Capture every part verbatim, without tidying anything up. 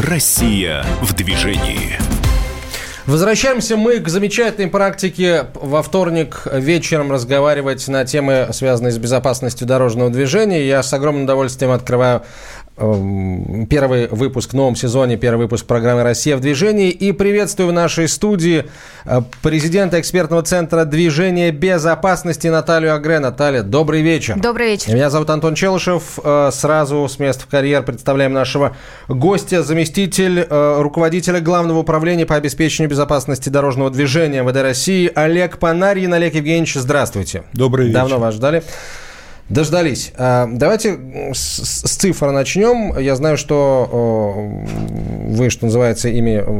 Россия в движении. Возвращаемся мы к замечательной практике во вторник вечером разговаривать на темы, связанные с безопасностью дорожного движения. Я с огромным удовольствием открываю первый выпуск в новом сезоне, первый выпуск программы «Россия в движении». И приветствую в нашей студии президента экспертного центра движения безопасности Наталью Агре. Наталья, добрый вечер. Добрый вечер. Меня зовут Антон Челышев. Сразу с места в карьер представляем нашего гостя, заместитель руководителя Главного управления по обеспечению безопасности дорожного движения МВД России Олег Панарьин. Олег Евгеньевич, здравствуйте. Добрый вечер. Давно вас ждали. Дождались. Давайте с, с цифр начнем. Я знаю, что вы, что называется,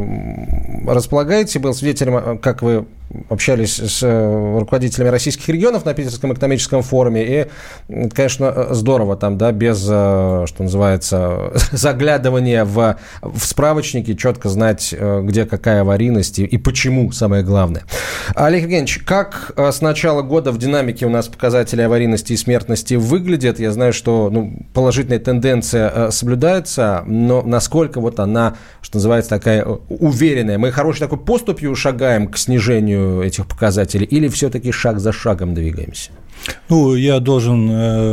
ими располагаете. Был свидетелем, как вы общались с руководителями российских регионов на Питерском экономическом форуме. И, конечно, здорово там, да, без, что называется, заглядывания в, в справочники, четко знать, где какая аварийность и, и почему, самое главное. Олег Евгеньевич, как с начала года в динамике у нас показатели аварийности и смертности выглядят? Я знаю, что ну, положительная тенденция соблюдается, но насколько вот она, что называется, такая уверенная? Мы хорошей такой поступью шагаем к снижению этих показателей или все-таки шаг за шагом двигаемся? Ну, я должен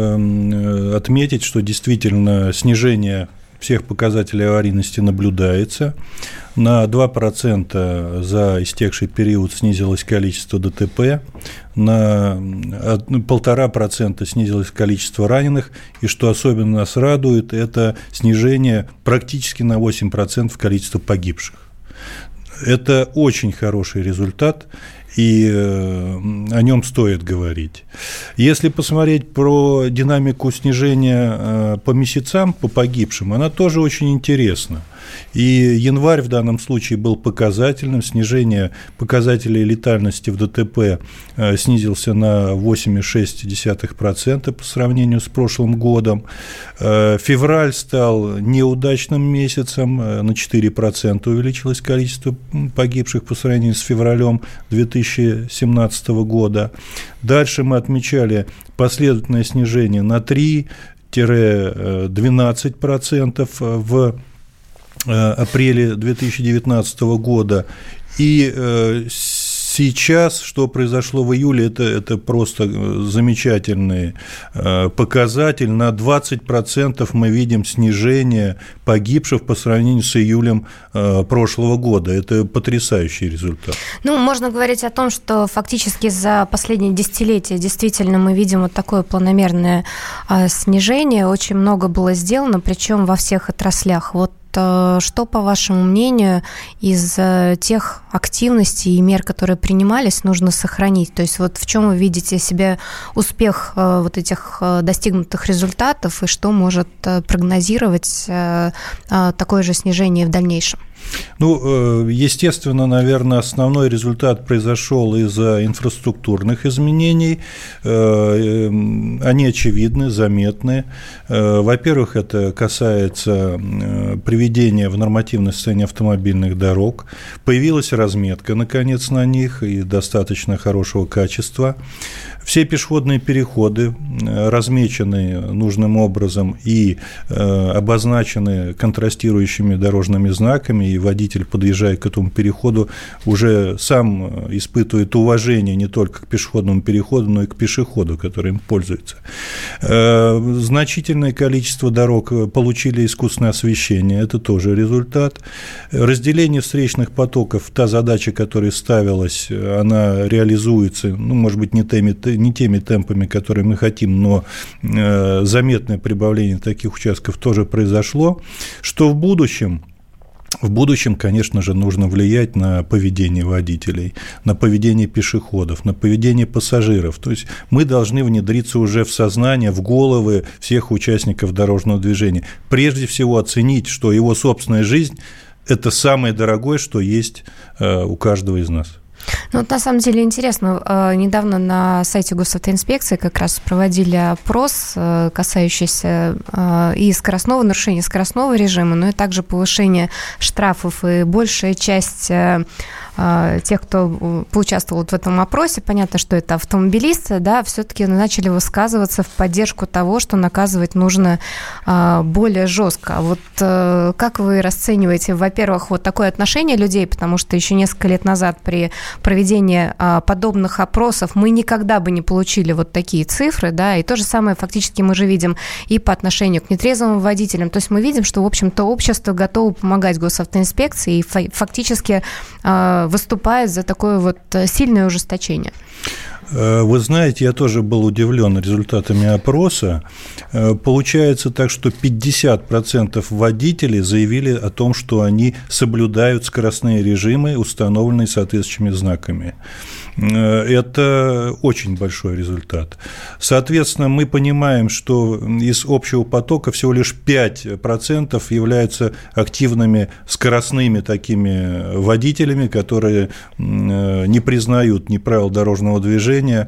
э, отметить, что действительно снижение всех показателей аварийности наблюдается. На два процента за истекший период снизилось количество ДТП, на полтора процента снизилось количество раненых, и что особенно нас радует, это снижение практически на восемь процентов количества погибших. Это очень хороший результат, и о нем стоит говорить. Если посмотреть про динамику снижения по месяцам, по погибшим, она тоже очень интересна. И январь в данном случае был показательным. Снижение показателей летальности в ДТП снизился на восемь целых шесть десятых процента по сравнению с прошлым годом. Февраль стал неудачным месяцем. На четыре процента увеличилось количество погибших по сравнению с февралем две тысячи семнадцатого года. Дальше мы отмечали последовательное снижение на три-двенадцать процентов в апреле две тысячи девятнадцатого года. И э, сейчас, что произошло в июле, это, это просто замечательный э, показатель. На двадцать процентов мы видим снижение погибших по сравнению с июлем э, прошлого года. Это потрясающий результат. Ну, можно говорить о том, что фактически за последние десятилетия действительно мы видим вот такое планомерное э, снижение. Очень много было сделано, причем во всех отраслях. Вот что, по вашему мнению, из тех активностей и мер, которые принимались, нужно сохранить? То есть вот в чем вы видите себе успех вот этих достигнутых результатов и что может прогнозировать такое же снижение в дальнейшем? Ну, естественно, наверное, основной результат произошел из-за инфраструктурных изменений. Они очевидны, заметны. Во-первых, это касается приведения в нормативное состояние автомобильных дорог. Появилась разметка, наконец, на них, и достаточно хорошего качества. Все пешеходные переходы размечены нужным образом и обозначены контрастирующими дорожными знаками, и водитель, подъезжая к этому переходу, уже сам испытывает уважение не только к пешеходному переходу, но и к пешеходу, который им пользуется. Значительное количество дорог получили искусственное освещение, это тоже результат. Разделение встречных потоков, та задача, которая ставилась, она реализуется, ну, может быть, не теми, не теми темпами, которые мы хотим, но заметное прибавление таких участков тоже произошло. Что в будущем? В будущем, конечно же, нужно влиять на поведение водителей, на поведение пешеходов, на поведение пассажиров. То есть мы должны внедриться уже в сознание, в головы всех участников дорожного движения. Прежде всего оценить, что его собственная жизнь – это самое дорогое, что есть у каждого из нас. Ну, вот на самом деле интересно, недавно на сайте госавтоинспекции как раз проводили опрос, касающийся и скоростного нарушения скоростного режима, но и также повышения штрафов, и большая часть тех, кто поучаствовал вот в этом опросе, понятно, что это автомобилисты, да, все-таки начали высказываться в поддержку того, что наказывать нужно более жестко. А вот как вы расцениваете, во-первых, вот такое отношение людей, потому что еще несколько лет назад при проведении подобных опросов мы никогда бы не получили вот такие цифры, да, и то же самое фактически мы же видим и по отношению к нетрезвым водителям. То есть мы видим, что, в общем-то, общество готово помогать госавтоинспекции и фактически выступает за такое вот сильное ужесточение. Вы знаете, я тоже был удивлен результатами опроса. Получается так, что пятьдесят процентов водителей заявили о том, что они соблюдают скоростные режимы, установленные соответствующими знаками. Это очень большой результат. Соответственно, мы понимаем, что из общего потока всего лишь пять процентов являются активными скоростными такими водителями, которые не признают ни правил дорожного движения,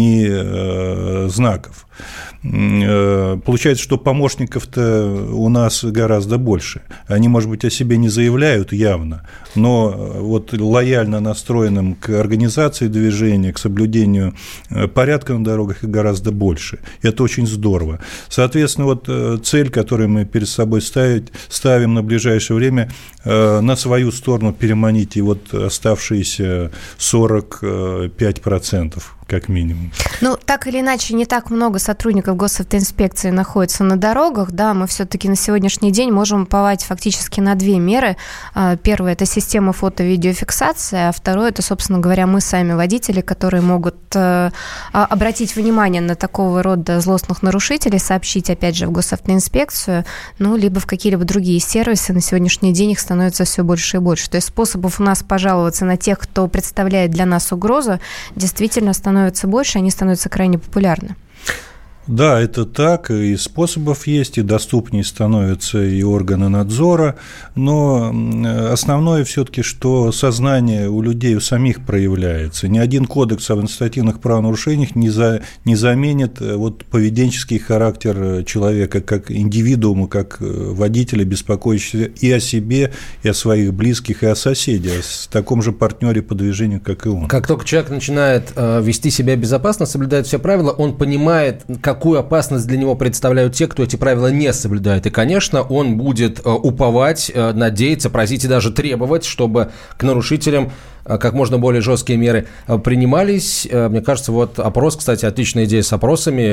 ни знаков. Получается, что помощников-то у нас гораздо больше. Они, может быть, о себе не заявляют явно, но вот лояльно настроенным к организации движения, к соблюдению порядка на дорогах их гораздо больше. Это очень здорово. Соответственно, вот цель, которую мы перед собой ставить, ставим на ближайшее время, на свою сторону переманить и вот оставшиеся сорок пять процентов. Как минимум. Ну, так или иначе, не так много сотрудников госавтоинспекции находится на дорогах, да, мы все-таки на сегодняшний день можем уповать фактически на две меры. Первое – это система фото-видеофиксации, а второе – это, собственно говоря, мы сами, водители, которые могут обратить внимание на такого рода злостных нарушителей, сообщить, опять же, в госавтоинспекцию, ну, либо в какие-либо другие сервисы. На сегодняшний день их становится все больше и больше. То есть способов у нас пожаловаться на тех, кто представляет для нас угрозу, действительно становится становится больше, они становятся крайне популярны. Да, это так, и способов есть, и доступнее становятся и органы надзора, но основное все-таки, что сознание у людей у самих проявляется. Ни один кодекс об административных правонарушениях не, за, не заменит вот поведенческий характер человека как индивидуума, как водителя, беспокоящегося и о себе, и о своих близких, и о соседе, о таком же партнере по движению, как и он. Как только человек начинает вести себя безопасно, соблюдает все правила, он понимает, как какую опасность для него представляют те, кто эти правила не соблюдает. И, конечно, он будет уповать, надеяться, просить и даже требовать, чтобы к нарушителям как можно более жесткие меры принимались. Мне кажется, вот опрос, кстати, отличная идея с опросами.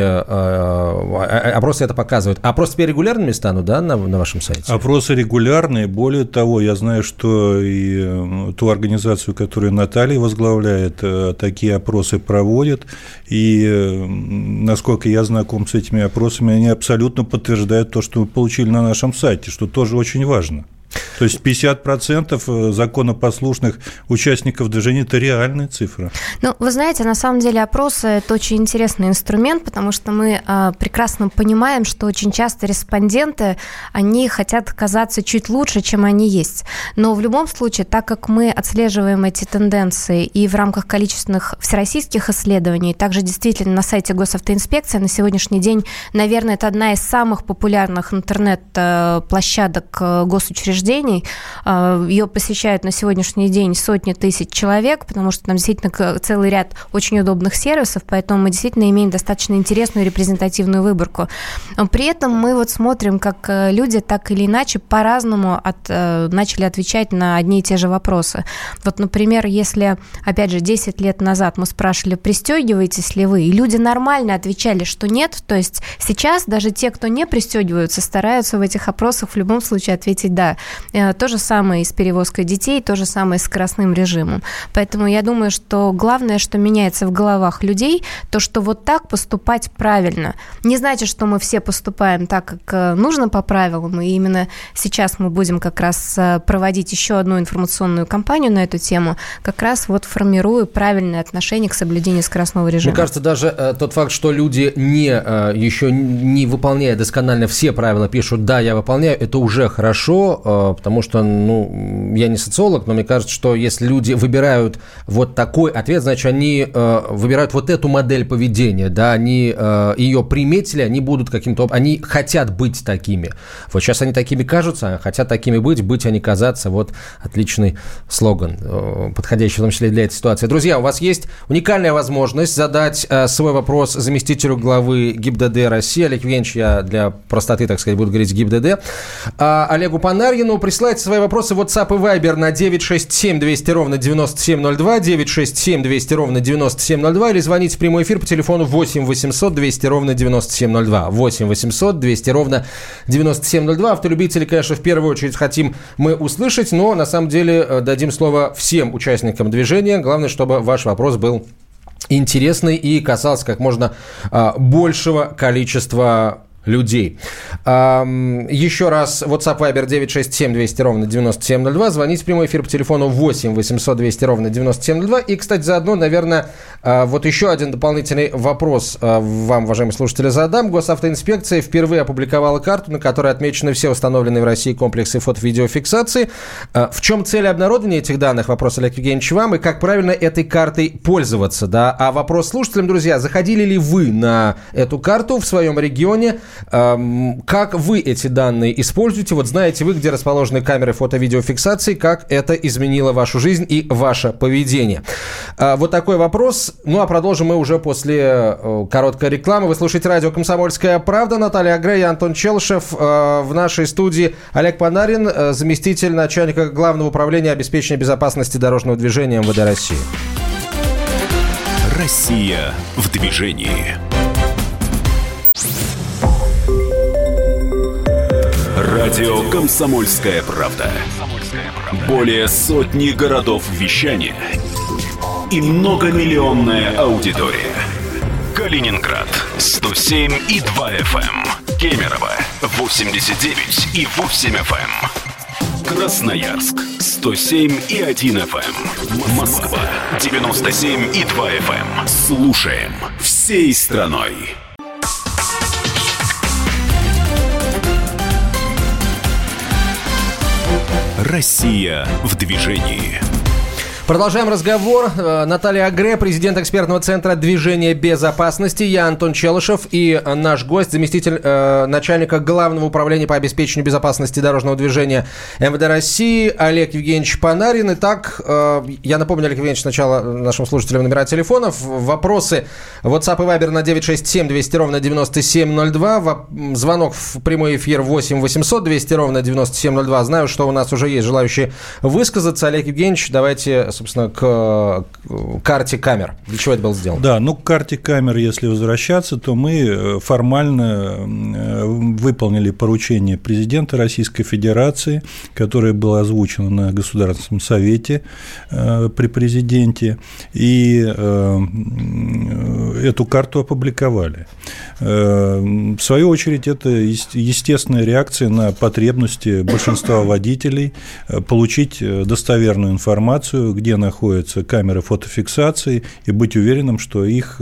Опросы это показывают. А опросы теперь регулярными станут, да, на, на вашем сайте? Опросы регулярные. Более того, я знаю, что и ту организацию, которую Наталья возглавляет, такие опросы проводит. И, насколько я знаком с этими опросами, они абсолютно подтверждают то, что мы получили на нашем сайте, что тоже очень важно. То есть пятьдесят процентов законопослушных участников движения – это реальная цифра. Ну, вы знаете, на самом деле опросы – это очень интересный инструмент, потому что мы а, прекрасно понимаем, что очень часто респонденты, они хотят казаться чуть лучше, чем они есть. Но в любом случае, так как мы отслеживаем эти тенденции и в рамках количественных всероссийских исследований, также действительно на сайте госавтоинспекции на сегодняшний день, наверное, это одна из самых популярных интернет-площадок госучреждений. Ее посещают на сегодняшний день сотни тысяч человек, потому что там действительно целый ряд очень удобных сервисов, поэтому мы действительно имеем достаточно интересную репрезентативную выборку. При этом мы вот смотрим, как люди так или иначе по-разному от, начали отвечать на одни и те же вопросы. Вот, например, если, опять же, десять лет назад мы спрашивали, пристегиваетесь ли вы, и люди нормально отвечали, что нет, то есть сейчас даже те, кто не пристегиваются, стараются в этих опросах в любом случае ответить «да». То же самое и с перевозкой детей, то же самое с скоростным режимом. Поэтому я думаю, что главное, что меняется в головах людей, то, что вот так поступать правильно. Не значит, что мы все поступаем так, как нужно по правилам, и именно сейчас мы будем как раз проводить еще одну информационную кампанию на эту тему, как раз вот формируя правильное отношение к соблюдению скоростного режима. Мне кажется, даже тот факт, что люди, не, еще не выполняя досконально все правила, пишут «да, я выполняю», это уже хорошо, потому что, ну, я не социолог, но мне кажется, что если люди выбирают вот такой ответ, значит, они э, выбирают вот эту модель поведения, да, они э, ее приметили, они будут каким-то... Они хотят быть такими. Вот сейчас они такими кажутся, хотят такими быть, быть, а не казаться. Вот отличный слоган, э, подходящий в том числе для этой ситуации. Друзья, у вас есть уникальная возможность задать э, свой вопрос заместителю главы ГИБДД России. Олег Евгеньевич, я для простоты, так сказать, буду говорить ГИБДД. А Олегу Панарину присылайте свои вопросы в WhatsApp и Viber на девять шесть семь двести ровно девяносто семь ноль два, девять шесть семь двести ровно девяносто семь ноль два, или звоните в прямой эфир по телефону восемь восемьсот двести ровно девяносто семь ноль два, восемь восемьсот двести ровно девяносто семь ноль два. Автолюбители, конечно, в первую очередь хотим мы услышать, но на самом деле дадим слово всем участникам движения. Главное, чтобы ваш вопрос был интересный и касался как можно а, большего количества людей. Еще раз, WhatsApp, Viber девять шесть семь двести ровно девяносто семь ноль два. Звоните в прямой эфир по телефону восемь восемьсот двести ровно девяносто семь ноль два. И, кстати, заодно, наверное, вот еще один дополнительный вопрос вам, уважаемые слушатели, задам. Госавтоинспекция впервые опубликовала карту, на которой отмечены все установленные в России комплексы фото-видеофиксации. В чем цель обнародования этих данных? Вопрос, Олег Евгеньевич, вам. И как правильно этой картой пользоваться? Да? А вопрос слушателям, друзья, заходили ли вы на эту карту в своем регионе? Как вы эти данные используете? Вот знаете вы, где расположены камеры фото-видеофиксации, как это изменило вашу жизнь и ваше поведение? Вот такой вопрос. Ну, а продолжим мы уже после короткой рекламы. Вы слушаете радио «Комсомольская правда». Наталья Агре и Антон Челышев. В нашей студии Олег Панарин, заместитель начальника Главного управления обеспечения безопасности дорожного движения эм вэ дэ России. Россия в движении. Радио «Комсомольская правда». Более сотни городов вещания и многомиллионная аудитория. Калининград сто семь и два эф эм, Кемерово восемьдесят девять и восемь эф эм, Красноярск сто семь и один эф эм, Москва девяносто семь и два эф эм. Слушаем всей страной. Россия в движении. Продолжаем разговор. Наталья Агре, президент экспертного центра движения безопасности. Я Антон Челышев и наш гость, заместитель э, начальника Главного управления по обеспечению безопасности дорожного движения эм вэ дэ России Олег Евгеньевич Панарин. Итак, э, я напомню, Олег Евгеньевич, сначала нашим слушателям номера телефонов. Вопросы WhatsApp и Viber на девять шесть семь двести ровно девяносто семь ноль два. Звонок в прямой эфир восемь восемьсот двести ровно девяносто семь ноль два. Знаю, что у нас уже есть желающие высказаться. Олег Евгеньевич, давайте, собственно, к карте камер. Для чего это было сделано? Да, ну к карте камер, если возвращаться, то мы формально выполнили поручение президента Российской Федерации, которое было озвучено на Государственном совете при президенте, и эту карту опубликовали. В свою очередь, это естественная реакция на потребности большинства водителей получить достоверную информацию, где находятся камеры фотофиксации, и быть уверенным, что их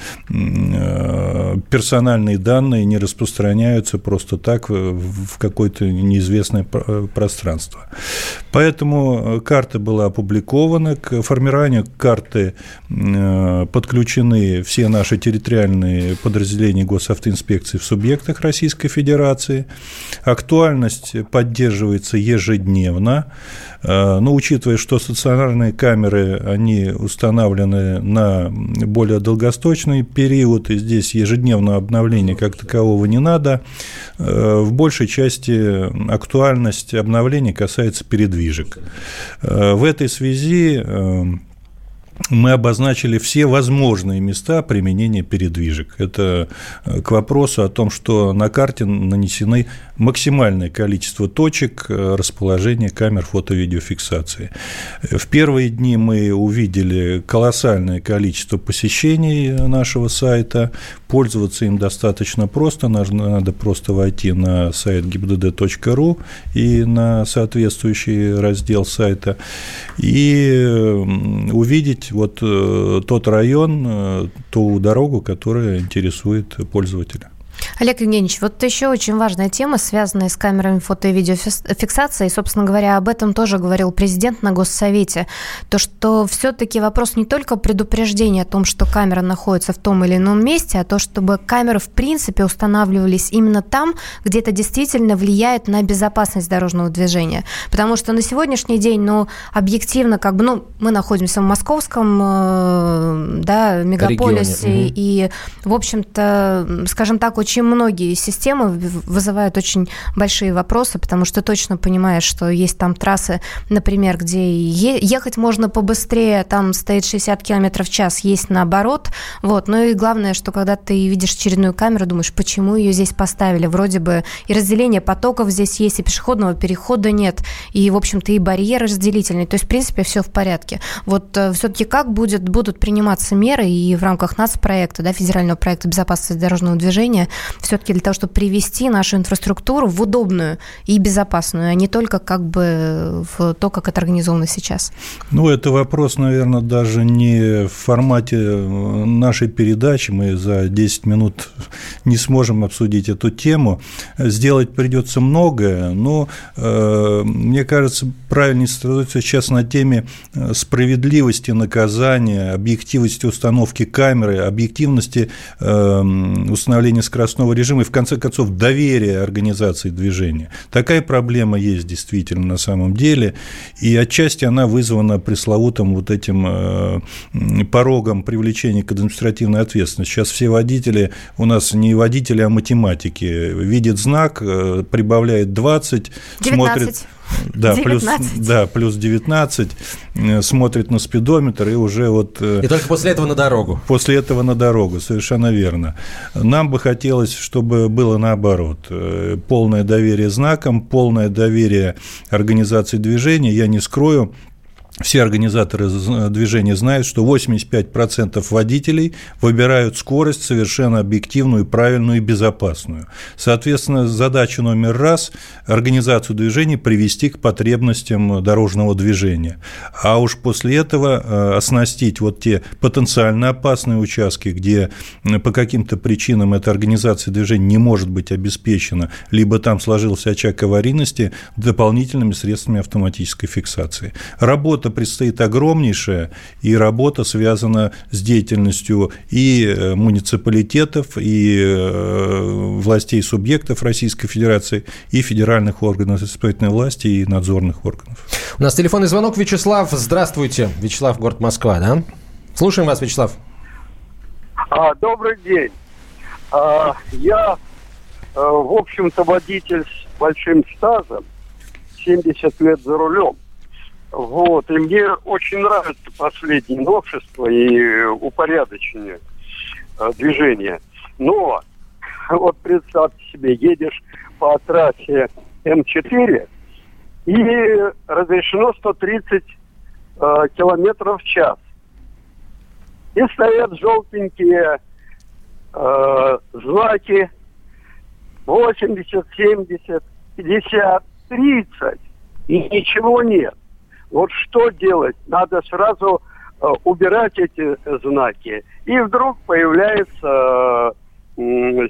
персональные данные не распространяются просто так в какое-то неизвестное пространство. Поэтому карта была опубликована. К формированию карты подключены все наши территориальные подразделения госавтоинспекции в субъектах Российской Федерации. Актуальность поддерживается ежедневно. Но учитывая, что стационарные камеры, они установлены на более долгосрочный период, и здесь ежедневного обновления как такового не надо, в большей части актуальность обновления касается передвижек. В этой связи мы обозначили все возможные места применения передвижек. Это к вопросу о том, что на карте нанесены максимальное количество точек расположения камер фото-видеофиксации. В первые дни мы увидели колоссальное количество посещений нашего сайта. Пользоваться им достаточно просто. Надо просто войти на сайт гибдд точка ру и на соответствующий раздел сайта и увидеть вот тот район, ту дорогу, которая интересует пользователя. Олег Евгеньевич, вот еще очень важная тема, связанная с камерами фото- и видеофиксации. Собственно говоря, об этом тоже говорил президент на Госсовете. То, что все-таки вопрос не только предупреждения о том, что камера находится в том или ином месте, а то, чтобы камеры в принципе устанавливались именно там, где это действительно влияет на безопасность дорожного движения. Потому что на сегодняшний день, ну, объективно, как бы, ну, мы находимся в московском, э, да, мегаполисе, регионе. И, в общем-то, скажем так, очень многие системы вызывают очень большие вопросы, потому что точно понимаешь, что есть там трассы, например, где ехать можно побыстрее, там стоит шестьдесят километров в час, есть наоборот. Вот. Ну и главное, что когда ты видишь очередную камеру, думаешь, почему ее здесь поставили? Вроде бы и разделение потоков здесь есть, и пешеходного перехода нет, и, в общем-то, и барьеры разделительные. То есть, в принципе, все в порядке. Вот все-таки как будет, будут приниматься меры и в рамках нацпроекта, да, федерального проекта безопасности дорожного движения, все-таки для того, чтобы привести нашу инфраструктуру в удобную и безопасную, а не только как бы в то, как это организовано сейчас? Ну, это вопрос, наверное, даже не в формате нашей передачи. Мы за десять минут не сможем обсудить эту тему. Сделать придется многое, но, э, мне кажется, правильнее сосредоточиться сейчас на теме справедливости наказания, объективности установки камеры, объективности э, установления скоростного режима и, в конце концов, доверия организации движения. Такая проблема есть действительно на самом деле, и отчасти она вызвана пресловутым вот этим э, порогом привлечения к административной ответственности. Сейчас все водители, у нас не водители, а математики, видят знак, э, прибавляет двадцать, девятнадцать. Смотрит... Да, плюс, да, плюс девятнадцать, смотрит на спидометр и уже вот… И только после этого на дорогу. После этого на дорогу, совершенно верно. Нам бы хотелось, чтобы было наоборот. Полное доверие знакам, полное доверие организации движения. Я не скрою, все организаторы движения знают, что восемьдесят пять процентов водителей выбирают скорость совершенно объективную, правильную и безопасную. Соответственно, задача номер раз – организацию движения привести к потребностям дорожного движения. А уж после этого оснастить вот те потенциально опасные участки, где по каким-то причинам эта организация движения не может быть обеспечена, либо там сложился очаг аварийности, дополнительными средствами автоматической фиксации. Работа предстоит огромнейшая, и работа связана с деятельностью и муниципалитетов, и властей субъектов Российской Федерации, и федеральных органов исполнительной власти, и надзорных органов. У нас телефонный звонок. Вячеслав, здравствуйте. Вячеслав, город Москва, да? Слушаем вас, Вячеслав. А, добрый день. А, я, в общем-то, водитель с большим стажем, семьдесят лет за рулем. Вот, и мне очень нравится последнее новшество и упорядочение э, движения. Но, вот представьте себе, едешь по трассе эм четыре и разрешено сто тридцать э, километров в час. И стоят желтенькие э, знаки восемьдесят, семьдесят, пятьдесят, тридцать, и ничего нет. Вот что делать? Надо сразу э, убирать эти знаки. И вдруг появляется э,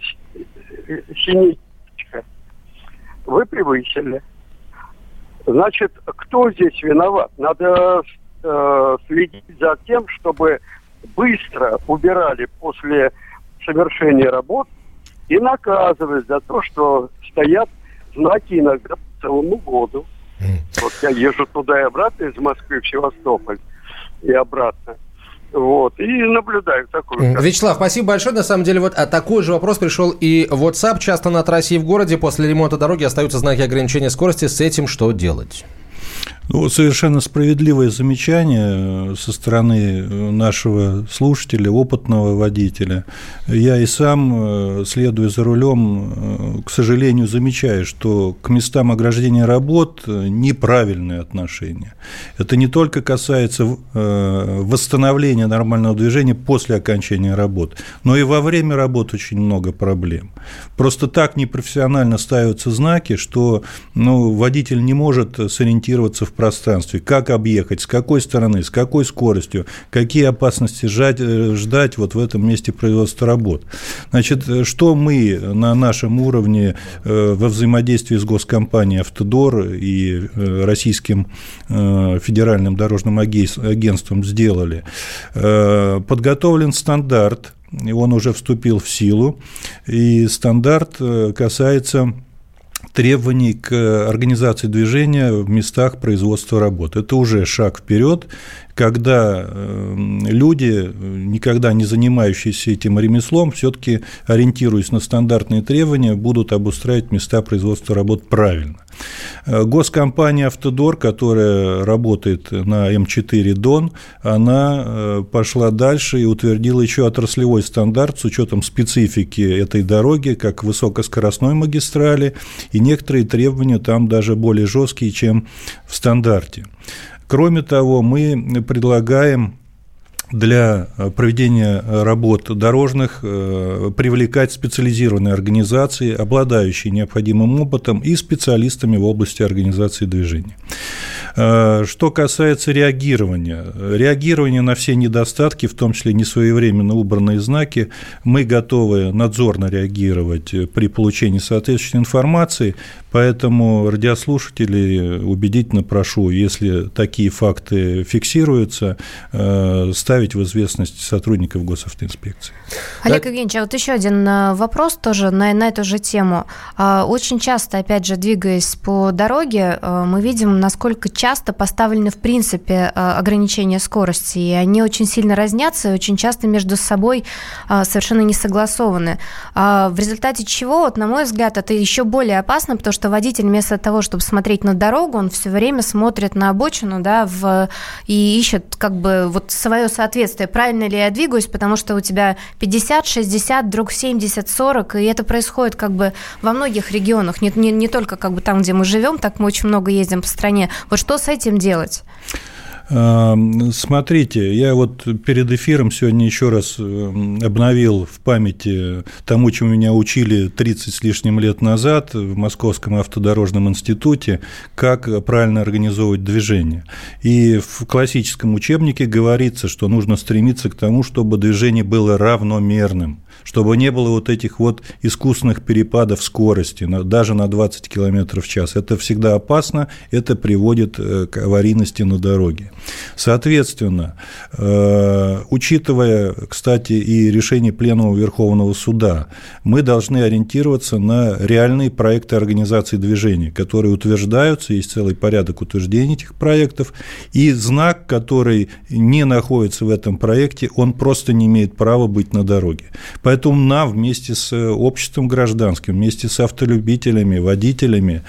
синичка. Вы превысили. Значит, кто здесь виноват? Надо э, следить за тем, чтобы быстро убирали после совершения работ и наказывать за то, что стоят знаки иногда по целому году. Вот я езжу туда и обратно из Москвы в Севастополь и обратно. Вот, и наблюдаю такую. Вячеслав, спасибо большое. На самом деле, вот а такой же вопрос пришел и в WhatsApp. Часто на трассе и в городе после ремонта дороги остаются знаки ограничения скорости. С этим что делать? Ну, совершенно справедливое замечание со стороны нашего слушателя, опытного водителя. Я и сам, следуя за рулем, к сожалению, замечаю, что к местам ограждения работ неправильное отношение. Это не только касается восстановления нормального движения после окончания работ, но и во время работ очень много проблем. Просто так непрофессионально ставятся знаки, что ну, водитель не может сориентироваться в пространстве, как объехать, с какой стороны, с какой скоростью, какие опасности ждать, ждать вот в этом месте производства работ. Значит, что мы на нашем уровне во взаимодействии с госкомпанией «Автодор» и Российским федеральным дорожным агентством сделали? Подготовлен стандарт, он уже вступил в силу, и стандарт касается требований к организации движения в местах производства работ. Это уже шаг вперед, когда люди, никогда не занимающиеся этим ремеслом, все-таки, ориентируясь на стандартные требования, будут обустраивать места производства работ правильно. Госкомпания «Автодор», которая работает на эм четыре Дон, она пошла дальше и утвердила еще отраслевой стандарт с учетом специфики этой дороги, как высокоскоростной магистрали, и некоторые требования там даже более жесткие, чем в стандарте. Кроме того, мы предлагаем для проведения работ дорожных привлекать специализированные организации, обладающие необходимым опытом, и специалистами в области организации движения. Что касается реагирования, реагирование на все недостатки, в том числе несвоевременно убранные знаки, мы готовы надзорно реагировать при получении соответствующей информации, поэтому радиослушателей убедительно прошу, если такие факты фиксируются, ставить в известность сотрудников госавтоинспекции. Олег Евгеньевич, а вот еще один вопрос тоже на, на эту же тему. Очень часто, опять же, двигаясь по дороге, мы видим, насколько часто поставлены, в принципе, ограничения скорости, и они очень сильно разнятся, и очень часто между собой совершенно не согласованы. В результате чего, вот, на мой взгляд, это еще более опасно, потому что водитель вместо того, чтобы смотреть на дорогу, он все время смотрит на обочину, да, в, и ищет как бы вот свое соответствие, правильно ли я двигаюсь, потому что у тебя пятьдесят, шестьдесят, вдруг семьдесят, сорок, и это происходит как бы во многих регионах, не, не, не только как бы там, где мы живем, так мы очень много ездим по стране. Вот что с этим делать? Смотрите, я вот перед эфиром сегодня еще раз обновил в памяти тому, чему меня учили тридцать с лишним лет назад в Московском автодорожном институте, как правильно организовывать движение. И в классическом учебнике говорится, что нужно стремиться к тому, чтобы движение было равномерным, чтобы не было вот этих вот искусственных перепадов скорости, даже на двадцать километров в час. Это всегда опасно, это приводит к аварийности на дороге. Соответственно, учитывая, кстати, и решение Пленума Верховного Суда, мы должны ориентироваться на реальные проекты организации движения, которые утверждаются, есть целый порядок утверждения этих проектов, и знак, который не находится в этом проекте, он просто не имеет права быть на дороге. Поэтому нам вместе с обществом гражданским, вместе с автолюбителями, водителями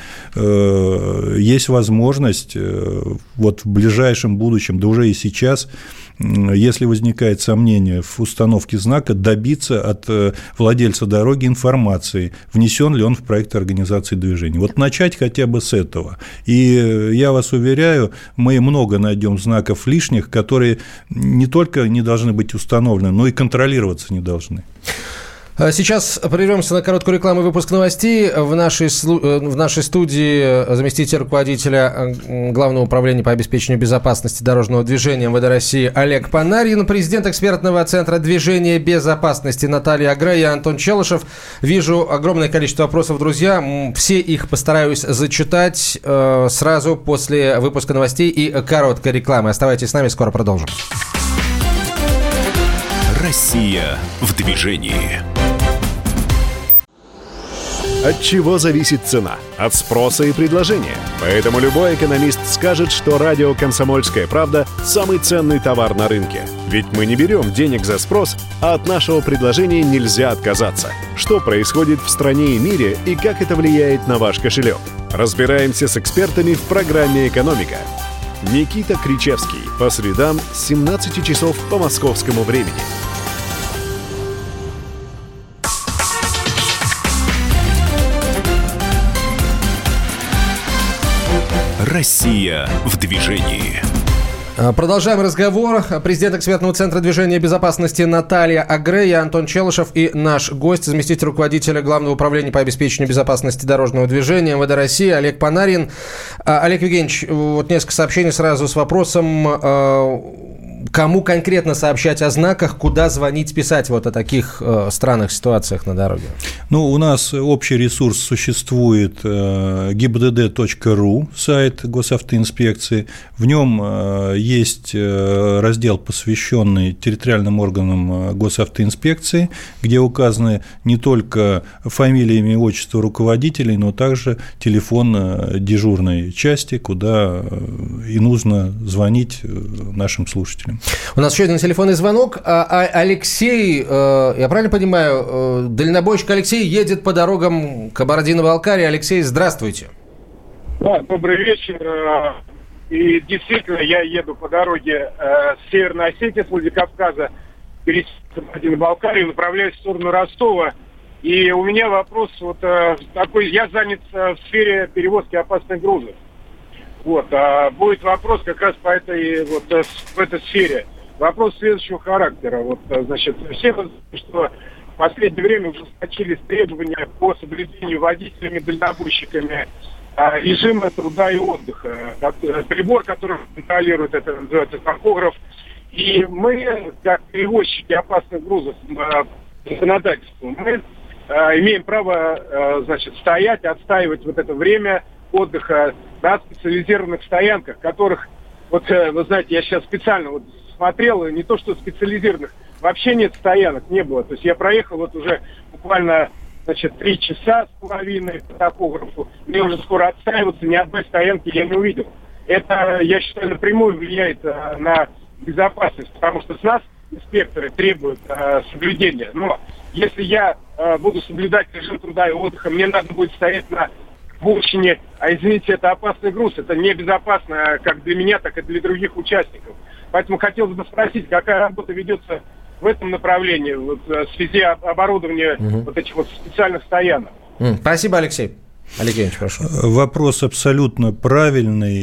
есть возможность вот в ближайшем будущем, да уже и сейчас, если возникает сомнение в установке знака, добиться от владельца дороги информации, внесен ли он в проект организации движения. Вот начать хотя бы с этого. И я вас уверяю, мы много найдем знаков лишних, которые не только не должны быть установлены, но и контролироваться не должны. Сейчас прервемся на короткую рекламу и выпуск новостей. В нашей, в нашей студии заместитель руководителя Главного управления по обеспечению безопасности дорожного движения эм вэ дэ России Олег Панарин, президент экспертного центра движения безопасности Наталья Аграй и Антон Челышев. Вижу огромное количество вопросов, друзья. Все их постараюсь зачитать сразу после выпуска новостей и короткой рекламы. Оставайтесь с нами, скоро продолжим. Россия в движении. От чего зависит цена? От спроса и предложения. Поэтому любой экономист скажет, что радио «Комсомольская правда» – самый ценный товар на рынке. Ведь мы не берем денег за спрос, а от нашего предложения нельзя отказаться. Что происходит в стране и мире и как это влияет на ваш кошелек? Разбираемся с экспертами в программе «Экономика». Никита Кричевский. По средам с семнадцати часов по московскому времени. Россия в движении. Продолжаем разговор. Президент экспертного центра движения безопасности Наталья Агре, я Антон Челышев и наш гость, заместитель руководителя Главного управления по обеспечению безопасности дорожного движения МВД России Олег Панарин. Олег Евгеньевич, вот несколько сообщений сразу с вопросом, кому конкретно сообщать о знаках, куда звонить, писать вот о таких э, странных ситуациях на дороге? Ну, у нас общий ресурс существует э, ги бэ дэ дэ точка ру, сайт госавтоинспекции. В нем э, есть э, раздел, посвященный территориальным органам э, госавтоинспекции, где указаны не только фамилия, имя, отчество руководителей, но также телефон э, дежурной части, куда э, и нужно звонить э, нашим слушателям. У нас еще один телефонный звонок. Алексей, я правильно понимаю, дальнобойщик Алексей едет по дорогам Кабардино-Балкарии. Алексей, здравствуйте. Да, добрый вечер. И действительно, я еду по дороге с Северной Осетии, с Владикавказа, пересекаю Кабардино-Балкарию, направляюсь в сторону Ростова. И у меня вопрос вот такой. Я занят в сфере перевозки опасных грузов. Вот, а будет вопрос как раз по этой вот в этой сфере. Вопрос следующего характера. Вот, значит, все знают, что в последнее время ужесточились требования по соблюдению водителями, дальнобойщиками а, режима труда и отдыха. Прибор, который контролирует это, называется тахограф. И мы, как перевозчики опасных грузов по законодательству, мы а, имеем право, а, значит, стоять, отстаивать вот это время отдыха на специализированных стоянках, которых, вот, вы знаете, я сейчас специально вот смотрел, не то что специализированных, вообще нет стоянок, не было. То есть я проехал вот уже буквально, значит, три часа с половиной по тахографу, мне уже скоро отстаиваться, ни одной стоянки я не увидел. Это, я считаю, напрямую влияет а, на безопасность, потому что с нас инспекторы требуют а, соблюдения. Но если я а, буду соблюдать режим труда и отдыха, мне надо будет стоять на в обочине, а извините, это опасный груз, это небезопасно как для меня, так и для других участников. Поэтому хотелось бы спросить, какая работа ведется в этом направлении, вот, в связи оборудования угу. вот этих вот специальных стоянок. Спасибо, Алексей. Олег Евгеньевич, прошу. Вопрос абсолютно правильный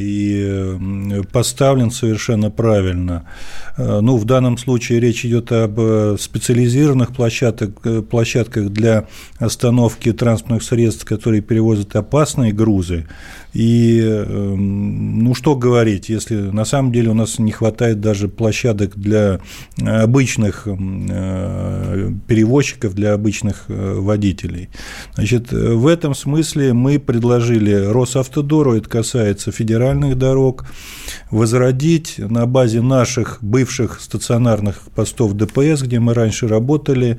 и поставлен совершенно правильно. Ну, в данном случае речь идет об специализированных площадках, площадках для остановки транспортных средств, которые перевозят опасные грузы. И, ну, что говорить, если на самом деле у нас не хватает даже площадок для обычных перевозчиков, для обычных водителей. Значит, в этом смысле мы предложили Росавтодору, это касается федеральных дорог, возродить на базе наших бывших стационарных постов дэ пэ эс, где мы раньше работали,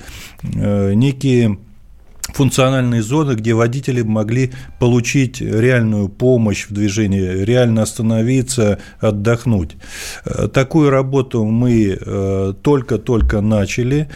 некие функциональные зоны, где водители могли получить реальную помощь в движении, реально остановиться, отдохнуть. Такую работу мы только-только начали,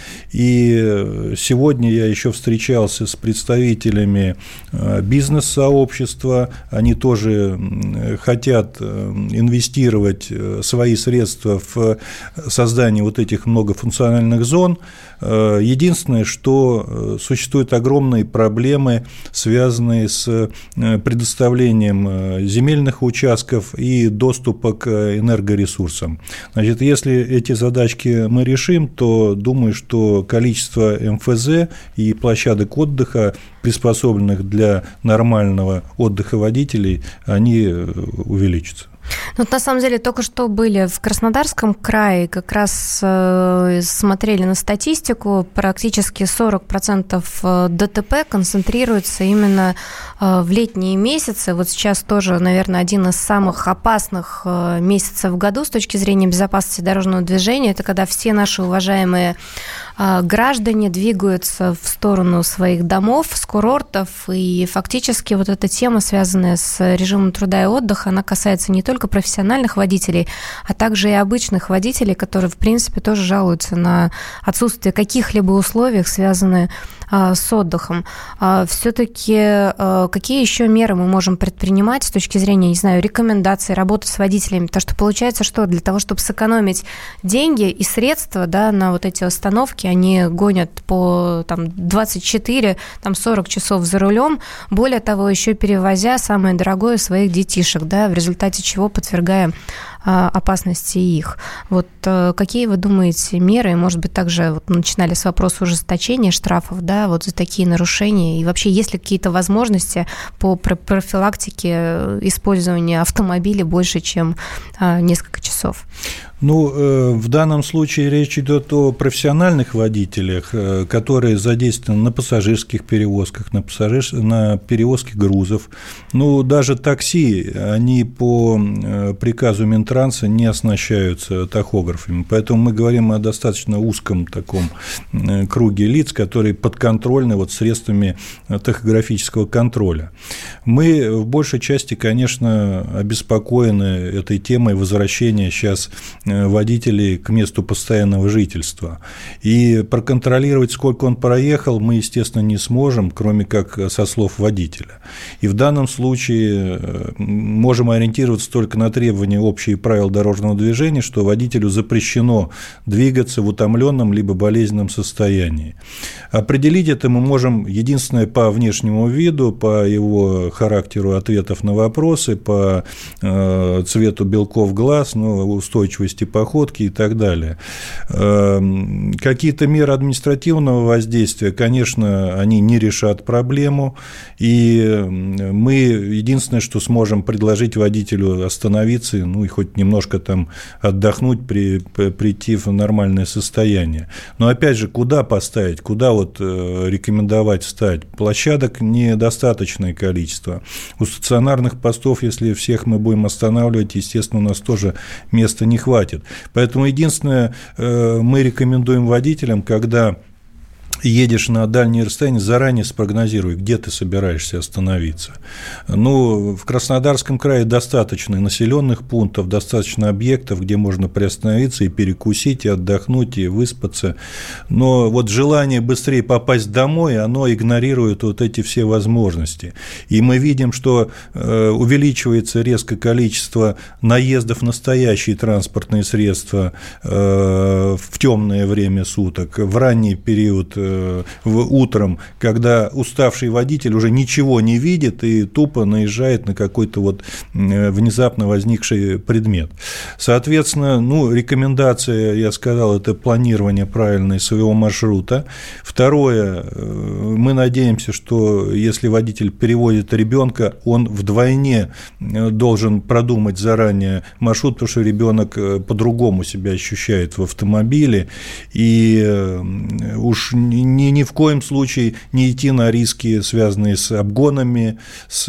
и сегодня я еще встречался с представителями бизнес-сообщества, они тоже хотят инвестировать свои средства в создание вот этих многофункциональных зон. Единственное, что существует огромные проблемы, связанные с предоставлением земельных участков и доступа к энергоресурсам. Значит, если эти задачки мы решим, то думаю, что количество эм эф зэ и площадок отдыха, приспособленных для нормального отдыха водителей, они увеличатся. Ну, вот на самом деле только что были в Краснодарском крае, как раз э, смотрели на статистику, практически сорок процентов дэ тэ пэ концентрируется именно э, в летние месяцы. Вот сейчас тоже, наверное, один из самых опасных э, месяцев в году с точки зрения безопасности дорожного движения. Это когда все наши уважаемые э, граждане двигаются в сторону своих домов, с курортов, и фактически вот эта тема, связанная с режимом труда и отдыха, она касается не только профессиональных водителей, а также и обычных водителей, которые, в принципе, тоже жалуются на отсутствие каких-либо условий, связанных а, с отдыхом. А, все-таки а, какие еще меры мы можем предпринимать с точки зрения, не знаю, рекомендаций, работы с водителями? Потому что получается, что для того, чтобы сэкономить деньги и средства, да, на вот эти остановки, они гонят по там, двадцать четыре сорок часов за рулем, более того, еще перевозя самое дорогое своих детишек, да, в результате чего подвергаем опасности их. Вот какие вы думаете меры, может быть, также вот начинали с вопроса ужесточения штрафов, да, вот за такие нарушения, и вообще есть ли какие-то возможности по профилактике использования автомобиля больше, чем несколько часов? Ну, в данном случае речь идет о профессиональных водителях, которые задействованы на пассажирских перевозках, на, пассажир... на перевозке грузов. Ну, даже такси, они по приказу Минтранса не оснащаются тахографами. Поэтому мы говорим о достаточно узком таком круге лиц, которые подконтрольны вот средствами тахографического контроля. Мы в большей части, конечно, обеспокоены этой темой возвращения сейчас водителей к месту постоянного жительства. И проконтролировать, сколько он проехал, мы, естественно, не сможем, кроме как со слов водителя. И в данном случае можем ориентироваться только на требования общих правил дорожного движения, что водителю запрещено двигаться в утомленном либо болезненном состоянии. Определить это мы можем единственное по внешнему виду, по его характеру ответов на вопросы, по цвету белков глаз, ну, устойчивости походки и так далее. Какие-то меры административного воздействия, конечно, они не решат проблему, и мы единственное, что сможем предложить водителю остановиться, ну и хоть немножко там отдохнуть, при, прийти в нормальное состояние. Но опять же, куда поставить, куда вот рекомендовать встать? Площадок недостаточное количество. У стационарных постов, если всех мы будем останавливать, естественно, у нас тоже места не хватит. Поэтому единственное, мы рекомендуем водителям, когда едешь на дальние расстояния, заранее спрогнозируй, где ты собираешься остановиться. Ну, в Краснодарском крае достаточно населенных пунктов, достаточно объектов, где можно приостановиться и перекусить, и отдохнуть, и выспаться. Но вот желание быстрее попасть домой, оно игнорирует вот эти все возможности. И мы видим, что увеличивается резко количество наездов на настоящие транспортные средства в темное время суток, в ранний период в утром, когда уставший водитель уже ничего не видит и тупо наезжает на какой-то вот внезапно возникший предмет. Соответственно, ну, рекомендация, я сказал, это планирование правильное своего маршрута. Второе, мы надеемся, что если водитель перевозит ребенка, он вдвойне должен продумать заранее маршрут, потому что ребенок по-другому себя ощущает в автомобиле, и уж ни, ни в коем случае не идти на риски, связанные с обгонами, с,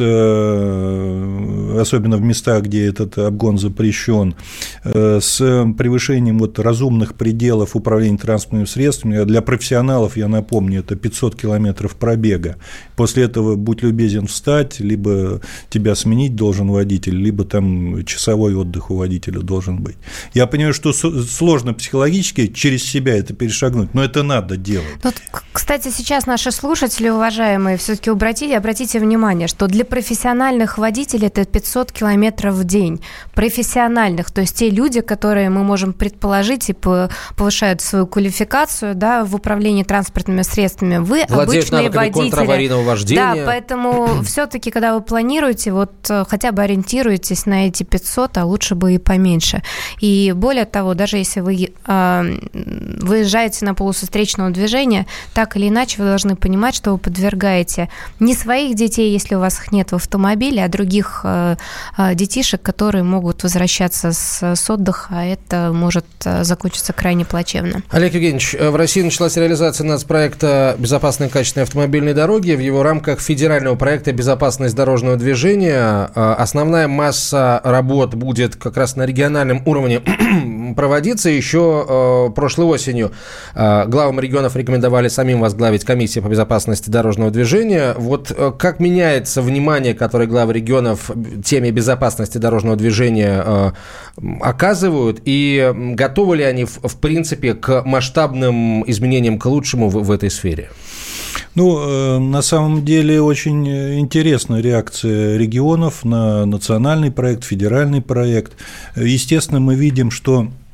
особенно в местах, где этот обгон запрещен, с превышением вот разумных пределов управления транспортными средствами. Для профессионалов, я напомню, это пятьсот километров пробега. После этого будь любезен встать, либо тебя сменить должен водитель, либо там часовой отдых у водителя должен быть. Я понимаю, что сложно психологически через себя это перешагнуть, но это надо делать. Вот, кстати, сейчас наши слушатели, уважаемые, все-таки обратите, обратите внимание, что для профессиональных водителей это пятьсот километров в день. Профессиональных, то есть те люди, которые мы можем предположить и повышают свою квалификацию, да, в управлении транспортными средствами. Вы владеют обычные водители. Контраварийного вождения. Да, поэтому все-таки, когда вы планируете, вот хотя бы ориентируйтесь на эти пятьсот, а лучше бы и поменьше. И более того, даже если вы э, выезжаете на полосу встречного движения, так или иначе вы должны понимать, что вы подвергаете не своих детей, если у вас их нет в автомобиле, а других э, детишек, которые могут возвращаться с, с отдыха, а это может закончиться крайне плачевно. Олег Евгеньевич, в России началась реализация нацпроекта «Безопасные и качественные автомобильные дороги». В его рамках федерального проекта «Безопасность дорожного движения» основная масса работ будет как раз на региональном уровне проводиться. Еще прошлой осенью главам регионов рекомендовали самим возглавить комиссию по безопасности дорожного движения. Вот как меняется внимание, которое главы регионов теме безопасности дорожного движения оказывают, и готовы ли они, в принципе, к масштабным изменениям к лучшему в, в этой сфере? Ну, на самом деле очень интересная реакция регионов на национальный проект, федеральный проект. Естественно, мы видим, что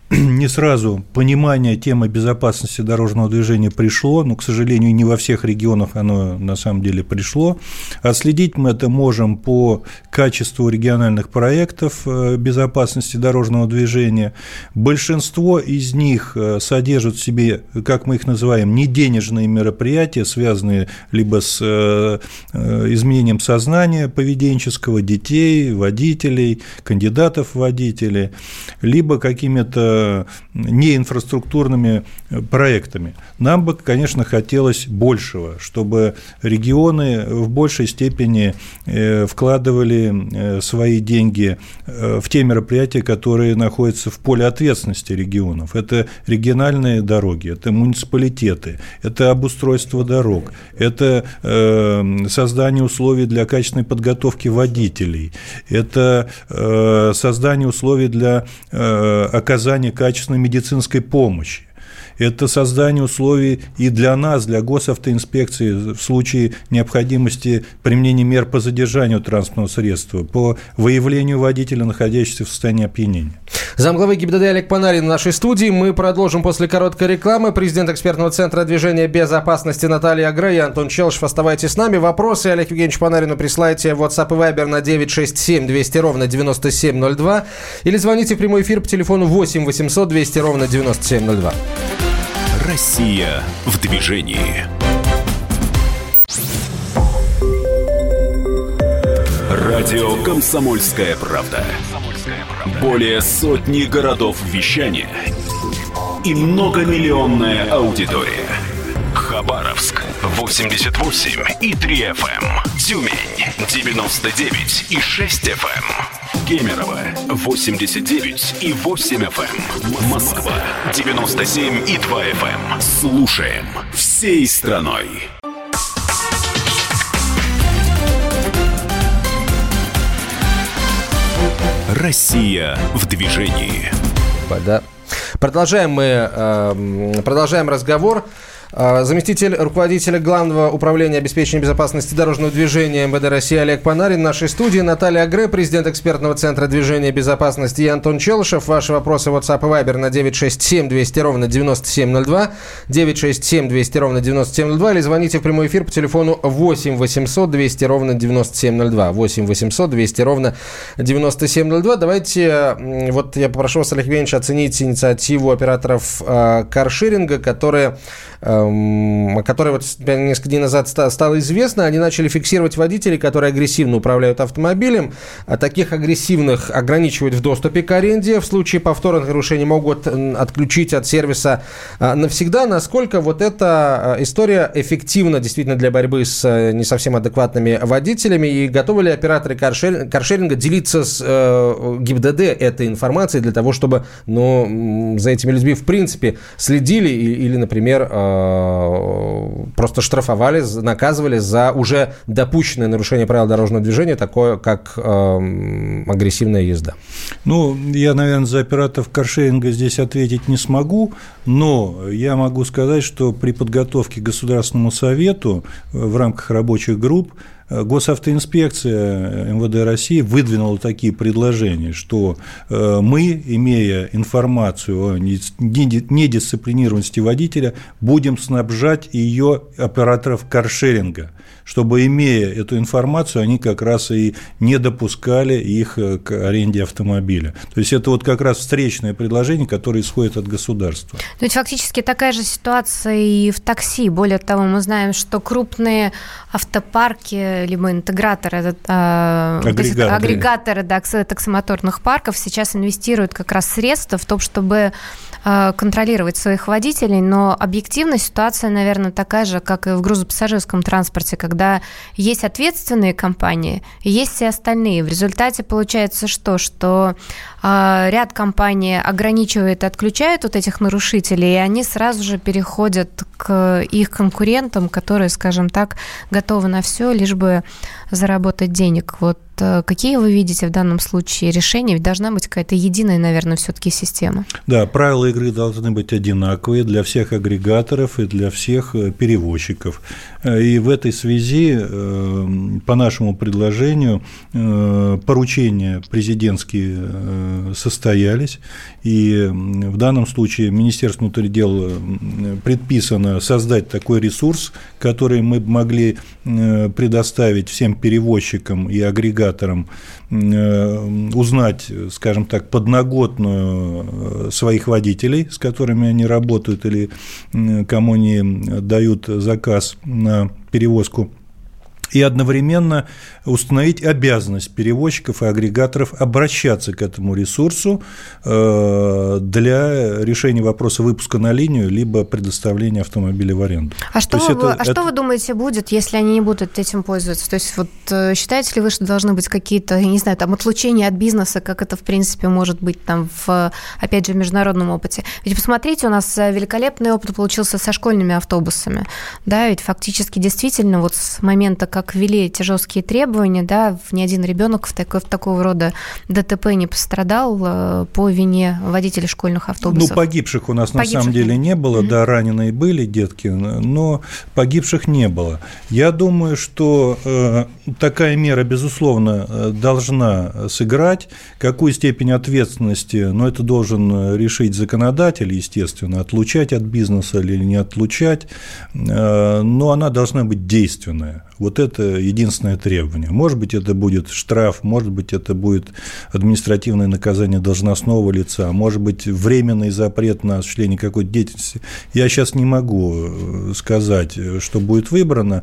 не сразу понимание темы безопасности дорожного движения пришло, но, к сожалению, не во всех регионах оно на самом деле пришло. Отследить мы это можем по качеству региональных проектов безопасности дорожного движения. Большинство из них содержат в себе, как мы их называем, неденежные мероприятия, связанные либо с изменением сознания поведенческого детей, водителей, кандидатов в водители, либо какими-то неинфраструктурными проектами. Нам бы, конечно, хотелось большего, чтобы регионы в большей степени вкладывали свои деньги в те мероприятия, которые находятся в поле ответственности регионов. Это региональные дороги, это муниципалитеты, это обустройство дорог, это создание условий для качественной подготовки водителей, это создание условий для оказания качественной медицинской помощи. Это создание условий и для нас, для госавтоинспекции в случае необходимости применения мер по задержанию транспортного средства, по выявлению водителя, находящегося в состоянии опьянения. Замглавы ГИБДД Олег Панарин в нашей студии. Мы продолжим после короткой рекламы. Президент экспертного центра движения безопасности Наталья Агре и Антон Челышев. Оставайтесь с нами. Вопросы Олегу Евгеньевичу Панарину присылайте в WhatsApp и Viber на девять шесть семь двести ровно девяносто семь ноль два или звоните в прямой эфир по телефону восемь восемьсот двести ровно девяносто семь ноль два. Россия в движении. Радио «Комсомольская правда». Более сотни городов вещания и многомиллионная аудитория. Хабаровск восемьдесят восемь и три эф эм, Тюмень девяносто девять и шесть эф эм, Кемерово восемьдесят девять и восемь эф эм, Москва девяносто семь и два эф эм. Слушаем всей страной. Россия в движении. Да. Продолжаем мы э, продолжаем разговор. Заместитель руководителя Главного управления обеспечения безопасности дорожного движения эм вэ дэ России Олег Панарин в нашей студии, Наталья Агре, президент экспертного центра движения безопасности, и Антон Челышев. Ваши вопросы в WhatsApp и Viber на девять шесть семь двести ровно девяносто семь ноль два, девять шесть семь двести ровно девяносто семь ноль два, или звоните в прямой эфир по телефону восемь восемьсот двести ровно девяносто семь ноль два, восемь восемьсот двести ровно девяносто семь ноль два. Давайте, вот я попрошу вас, Олег Евгеньевич, оценить инициативу операторов э, каршеринга, которые о которой вот несколько дней назад стало известно. Они начали фиксировать водителей, которые агрессивно управляют автомобилем. А таких агрессивных ограничивают в доступе к аренде. В случае повторных нарушений могут отключить от сервиса навсегда. Насколько вот эта история эффективна действительно для борьбы с не совсем адекватными водителями? И готовы ли операторы каршеринга, каршеринга делиться с э, ГИБДД этой информацией для того, чтобы ну, за этими людьми в принципе следили или, например, э, просто штрафовали, наказывали за уже допущенное нарушение правил дорожного движения, такое как э, агрессивная езда? Ну, я, наверное, за операторов каршеринга здесь ответить не смогу, но я могу сказать, что при подготовке к Государственному совету в рамках рабочих групп Госавтоинспекция эм вэ дэ России выдвинула такие предложения, что мы, имея информацию о недисциплинированности водителя, будем снабжать ее операторов каршеринга, чтобы, имея эту информацию, они как раз и не допускали их к аренде автомобиля. То есть это вот как раз встречное предложение, которое исходит от государства. То есть фактически такая же ситуация и в такси. Более того, мы знаем, что крупные автопарки либо интеграторы, агрегаторы, агрегаторы да, таксомоторных парков сейчас инвестируют как раз средства в том, чтобы контролировать своих водителей, но объективно ситуация, наверное, такая же, как и в грузопассажирском транспорте, когда есть ответственные компании, есть все остальные. В результате получается что? Что э, ряд компаний ограничивает и отключает вот этих нарушителей, и они сразу же переходят к их конкурентам, которые, скажем так, готовы на все, лишь бы заработать денег. Вот какие вы видите в данном случае решения? Ведь должна быть какая-то единая, наверное, все-таки система. Да, правила игры должны быть одинаковые для всех агрегаторов и для всех перевозчиков. И в этой связи, по нашему предложению, поручения президентские состоялись, и в данном случае Министерству внутренних дел предписано создать такой ресурс, который мы могли предоставить всем перевозчикам и агрегаторам, узнать, скажем так, подноготную своих водителей, с которыми они работают или кому они дают заказ на перевозку, и одновременно установить обязанность перевозчиков и агрегаторов обращаться к этому ресурсу для решения вопроса выпуска на линию либо предоставления автомобиля в аренду. А, что вы, это, а это... что вы думаете будет, если они не будут этим пользоваться? То есть вот считаете ли вы, что должны быть какие-то, я не знаю, там отлучения от бизнеса, как это в принципе может быть там в, опять же, в международном опыте? Ведь посмотрите, у нас великолепный опыт получился со школьными автобусами, да, ведь фактически действительно вот с момента, как ввели эти жесткие требования, да, ни один ребенок в, такой, в такого рода ДТП не пострадал по вине водителей школьных автобусов. Ну, погибших у нас погибших на самом деле нет. не было, mm-hmm. да, раненые были детки, но погибших не было. Я думаю, что э, такая мера, безусловно, должна сыграть. Какую степень ответственности, ну, это должен решить законодатель, естественно, отлучать от бизнеса или не отлучать, э, но она должна быть действенная. Вот это единственное требование. Может быть, это будет штраф, может быть, это будет административное наказание должностного лица, может быть, временный запрет на осуществление какой-то деятельности. Я сейчас не могу сказать, что будет выбрано,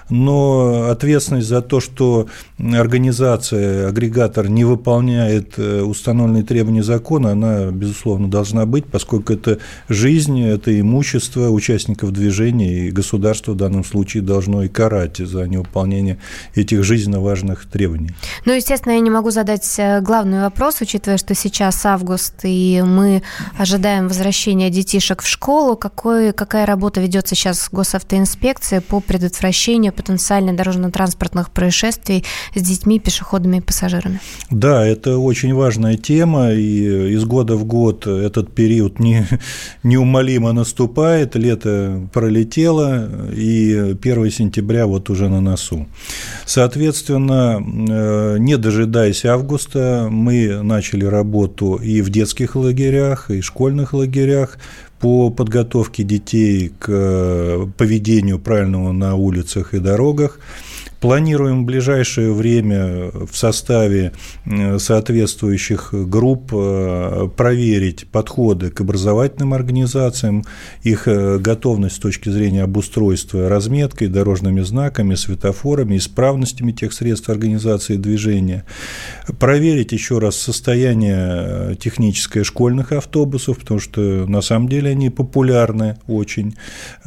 но ответственность за то, что организация, агрегатор не выполняет установленные требования закона, она, безусловно, должна быть, поскольку это жизнь, это имущество участников движения, и государство в данном случае должно и карать за невыполнение этих жизненно важных требований. Ну, естественно, я не могу задать главный вопрос, учитывая, что сейчас август, и мы ожидаем возвращения детишек в школу. Какой, какая работа ведется сейчас госавтоинспекции по предотвращению потенциально дорожно-транспортных происшествий с детьми, пешеходами и пассажирами? Да, это очень важная тема, и из года в год этот период не, неумолимо наступает, лето пролетело, и первого сентября вот уже на носу. Соответственно, не дожидаясь августа, мы начали работу и в детских лагерях, и в школьных лагерях по подготовке детей к поведению правильному на улицах и дорогах. Планируем в ближайшее время в составе соответствующих групп проверить подходы к образовательным организациям, их готовность с точки зрения обустройства разметкой, дорожными знаками, светофорами, исправностями тех средств организации движения. Проверить еще раз состояние техническое школьных автобусов, потому что на самом деле они популярны очень.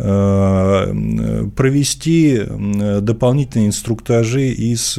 Провести дополнительные инструктажи и с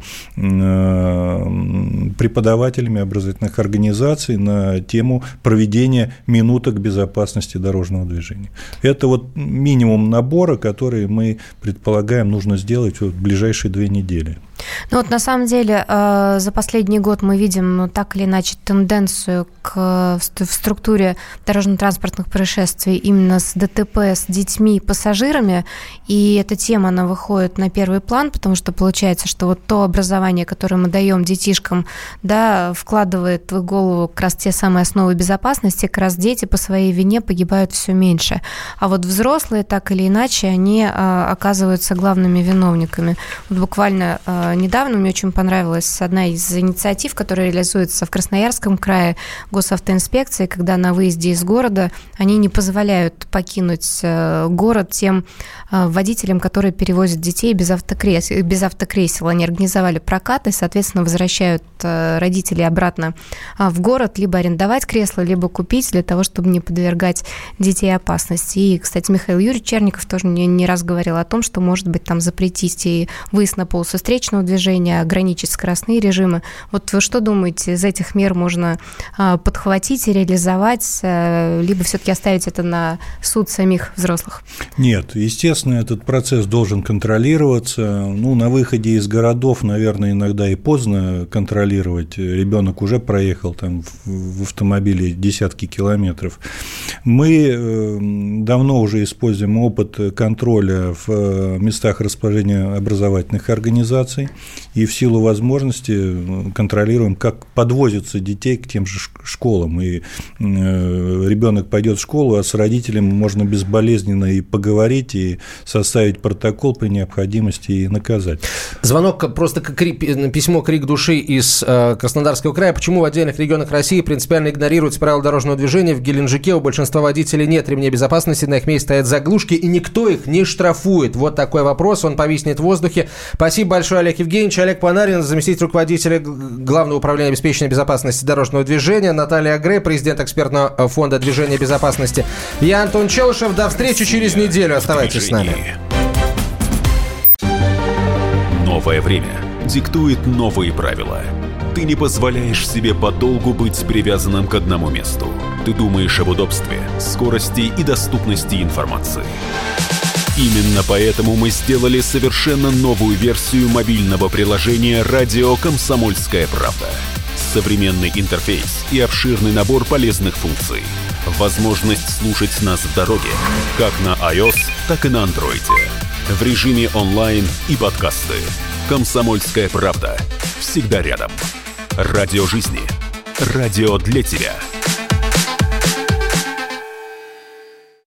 преподавателями образовательных организаций на тему проведения минуток безопасности дорожного движения. Это вот минимум набора, который мы предполагаем нужно сделать в ближайшие две недели. Ну вот на самом деле за последний год мы видим так или иначе тенденцию к, в структуре дорожно-транспортных происшествий именно с ДТП с детьми и пассажирами, и эта тема, она выходит на первый план, потому что получается, что вот то образование, которое мы даем детишкам, да, вкладывает в их голову как раз те самые основы безопасности, как раз дети по своей вине погибают все меньше, а вот взрослые так или иначе, они оказываются главными виновниками. Вот буквально недавно мне очень понравилась одна из инициатив, которая реализуется в Красноярском крае госавтоинспекции, когда на выезде из города они не позволяют покинуть город тем водителям, которые перевозят детей без автокресел. Без автокресел. Они организовали прокат и, соответственно, возвращают родителей обратно в город, либо арендовать кресло, либо купить для того, чтобы не подвергать детей опасности. И, кстати, Михаил Юрьевич Черников тоже не, не раз говорил о том, что, может быть, там запретить и выезд на полосу встречного дорожного движения, ограничить скоростные режимы. Вот вы что думаете, из этих мер можно подхватить и реализовать, либо все-таки оставить это на суд самих взрослых? Нет, естественно, этот процесс должен контролироваться. Ну, на выходе из городов, наверное, иногда и поздно контролировать. Ребенок уже проехал там в автомобиле десятки километров. Мы давно уже используем опыт контроля в местах расположения образовательных организаций и в силу возможности контролируем, как подвозятся детей к тем же школам. И ребенок пойдет в школу, а с родителем можно безболезненно и поговорить, и составить протокол при необходимости и наказать. Звонок, просто письмо «Крик души» из Краснодарского края. Почему в отдельных регионах России принципиально игнорируются правила дорожного движения? В Геленджике у большинства водителей нет ремней безопасности, на их месте стоят заглушки, и никто их не штрафует. Вот такой вопрос, он повиснет в воздухе. Спасибо большое, Олег Евгеньевич. Олег Панарин, заместитель руководителя Главного управления обеспечения безопасности дорожного движения. Наталья Грей, президент экспертного фонда движения безопасности. Я Антон Челышев. До встречи через неделю. Оставайтесь с нами. Новое время диктует новые правила. Ты не позволяешь себе подолгу быть привязанным к одному месту. Ты думаешь об удобстве, скорости и доступности информации. Именно поэтому мы сделали совершенно новую версию мобильного приложения «Радио Комсомольская правда». Современный интерфейс и обширный набор полезных функций. Возможность слушать нас в дороге, как на iOS, так и на Android. В режиме онлайн и подкасты. «Комсомольская правда». Всегда рядом. Радио жизни. Радио для тебя.